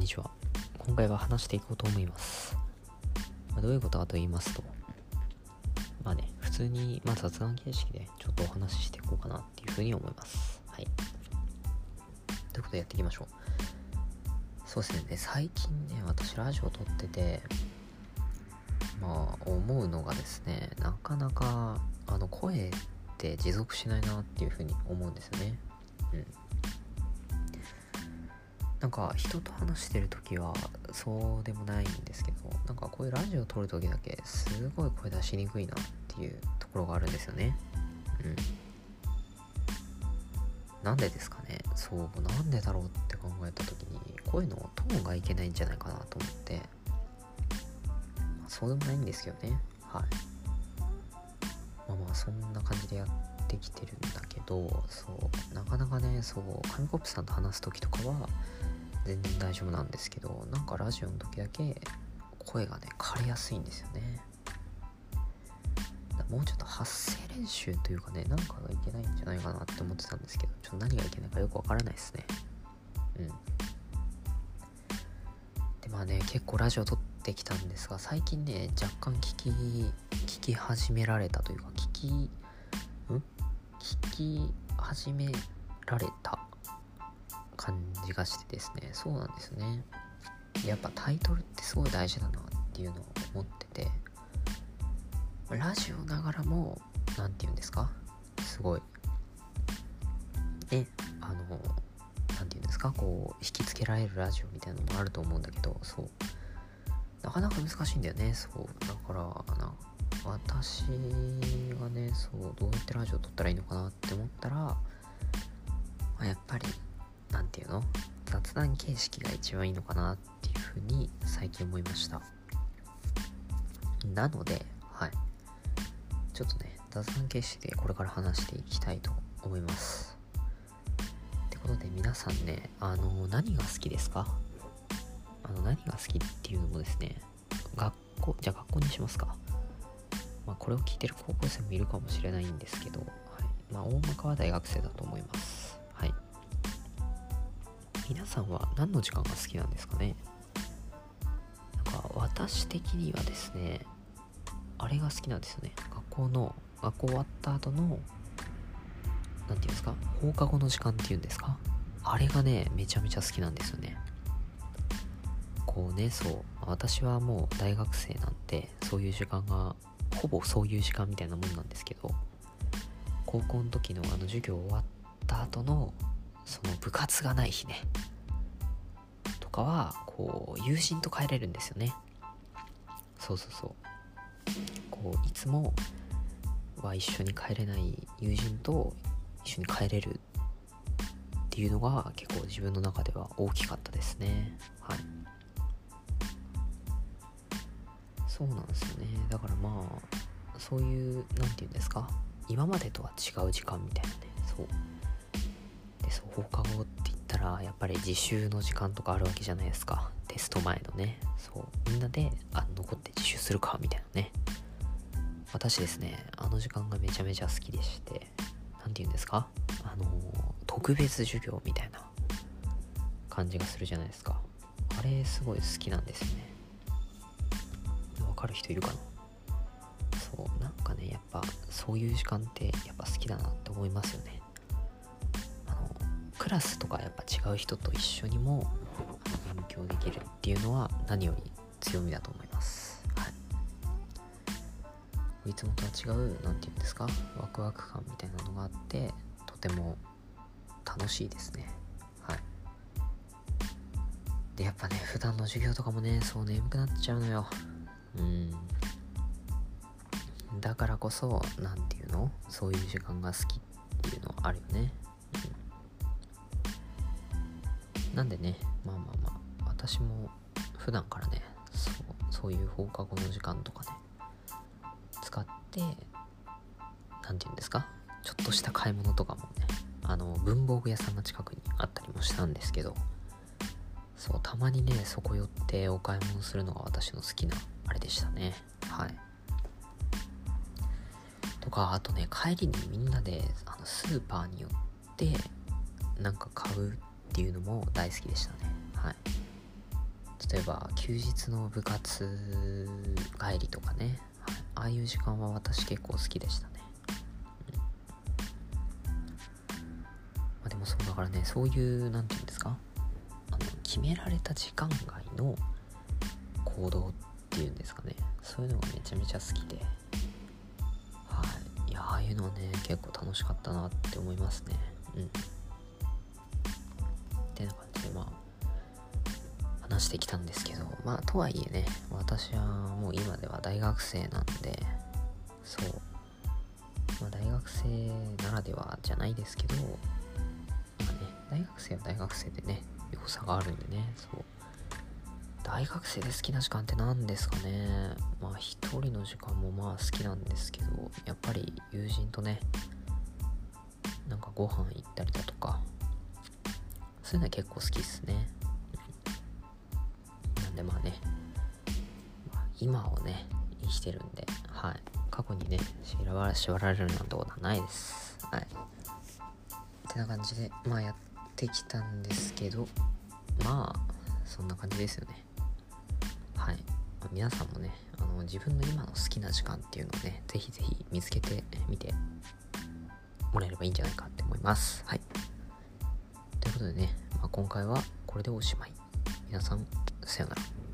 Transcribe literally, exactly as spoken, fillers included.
にちは。今回は話していこうと思います。まあ、どういうことかと言いますと、まあね、普通に、まあ、雑談形式でちょっとお話ししていこうかなっていうふうに思います。はい。ということでやっていきましょう。そうですね、最近ね、私ラジオ撮ってて、まあ思うのがですね、なかなかあの声って持続しないなっていうふうに思うんですよね。うん。なんか人と話してるときはそうでもないんですけど、なんかこういうラジオを撮るときだけすごい声出しにくいなっていうところがあるんですよね。うん。なんでですかね。そうなんでだろうって考えたときに声のトーンがいけないんじゃないかなと思って、まあ、そうでもないんですけどね。はい。まあまあそんな感じでやってきてるんだけど、そうなかなかね、そう紙コップさんと話すときとかは全然大丈夫なんですけど、なんかラジオの時だけ声がね枯れやすいんですよね。もうちょっと発声練習というかね、なんかがいけないんじゃないかなって思ってたんですけど、ちょっと何がいけないかよくわからないですね。うんでまあね、結構ラジオ撮ってきたんですが、最近ね若干聞き聞き始められたというか聞きん聞き始められた感じがしてですね。そうなんですね。やっぱタイトルってすごい大事だなっていうのを思ってて、ラジオながらもなんていうんですか、すごいね、あのなんていうんですか、こう引きつけられるラジオみたいなのもあると思うんだけど、そうなかなか難しいんだよね。そうだからな、私がね、そうどうやってラジオ撮ったらいいのかなって思ったら、まあ、やっぱりなんていうの、雑談形式が一番いいのかなっていうふうに最近思いました。なので、はい、ちょっとね雑談形式でこれから話していきたいと思います。ってことで皆さんね、あの何が好きですか？あの何が好きっていうのもですね、学校じゃあ学校にしますか。まあこれを聞いてる高校生もいるかもしれないんですけど、はい、まあ大まかは大学生だと思います。はい。皆さんは何の時間が好きなんですかね。なんか私的にはですね、あれが好きなんですよね。学校の学校終わった後のなんていうんですか、放課後の時間っていうんですか、あれがねめちゃめちゃ好きなんですよね。こうね、そう私はもう大学生なんで、そういう時間がほぼそういう時間みたいなもんなんですけど、高校の時のあの授業終わった後のその部活がない日ねとかは、こう友人と帰れるんですよね。そうそうそう、こういつもは一緒に帰れない友人と一緒に帰れるっていうのが結構自分の中では大きかったですね。はい、そうなんですよね。だからまあそういうなんていうんですか、今までとは違う時間みたいなね。そうで、そう放課後って言ったらやっぱり自習の時間とかあるわけじゃないですか。テスト前のね、そうみんなであ残って自習するかみたいなね。私ですね、あの時間がめちゃめちゃ好きでして、なんていうんですか、あのー、特別授業みたいな感じがするじゃないですか。あれすごい好きなんですよね。わかる人いるかな。そうなんかね、やっぱそういう時間ってやっぱ好きだなって思いますよね。あのクラスとかやっぱ違う人と一緒にも勉強できるっていうのは何より強みだと思います。はい、いつもとは違うなんていうんですか、ワクワク感みたいなのがあって、とても楽しいですね。はい。でやっぱね、普段の授業とかもね、そう眠くなっちゃうのよ。うんだからこそなんていうの、そういう時間が好きっていうのはあるよね。うん、なんでね、まあまあまあ私も普段からね、そうそういう放課後の時間とかね使って、なんていうんですか、ちょっとした買い物とかもね、あの文房具屋さんが近くにあったりもしたんですけど、そうたまにねそこ寄ってお買い物するのが私の好きなあれでしたね。はい。とか、あとね、帰りにみんなであのスーパーに寄ってなんか買うっていうのも大好きでしたね。はい。 例えば休日の部活帰りとかね、はい、ああいう時間は私結構好きでしたね。うん、まあ、でもそうだからね、そういうなんていうんですか、あの決められた時間外の行動っていうんですかね、そういうのがめちゃめちゃ好きで、はい、いや、ああいうのはね結構楽しかったなって思いますね。うんってな感じで、まあ話してきたんですけど、まあとはいえね、私はもう今では大学生なんで、そう、まあ、大学生ならではじゃないですけど、まあね、大学生は大学生でね良さがあるんでね、そう、大学生で好きな時間って何ですかね。まあ一人の時間もまあ好きなんですけど、やっぱり友人とね、なんかご飯行ったりだとか、そういうのは結構好きですね。なんでまあね、まあ、今をね生きてるんで、はい、過去にね縛ら縛られるなんてことはないです。はい。ってな感じでまあやってきたんですけど、まあそんな感じですよね。はい。まあ、皆さんもね、あの自分の今の好きな時間っていうのをね、ぜひぜひ見つけてみてもらえればいいんじゃないかって思います。はい。ということでね、まあ、今回はこれでおしまい。皆さん、さようなら。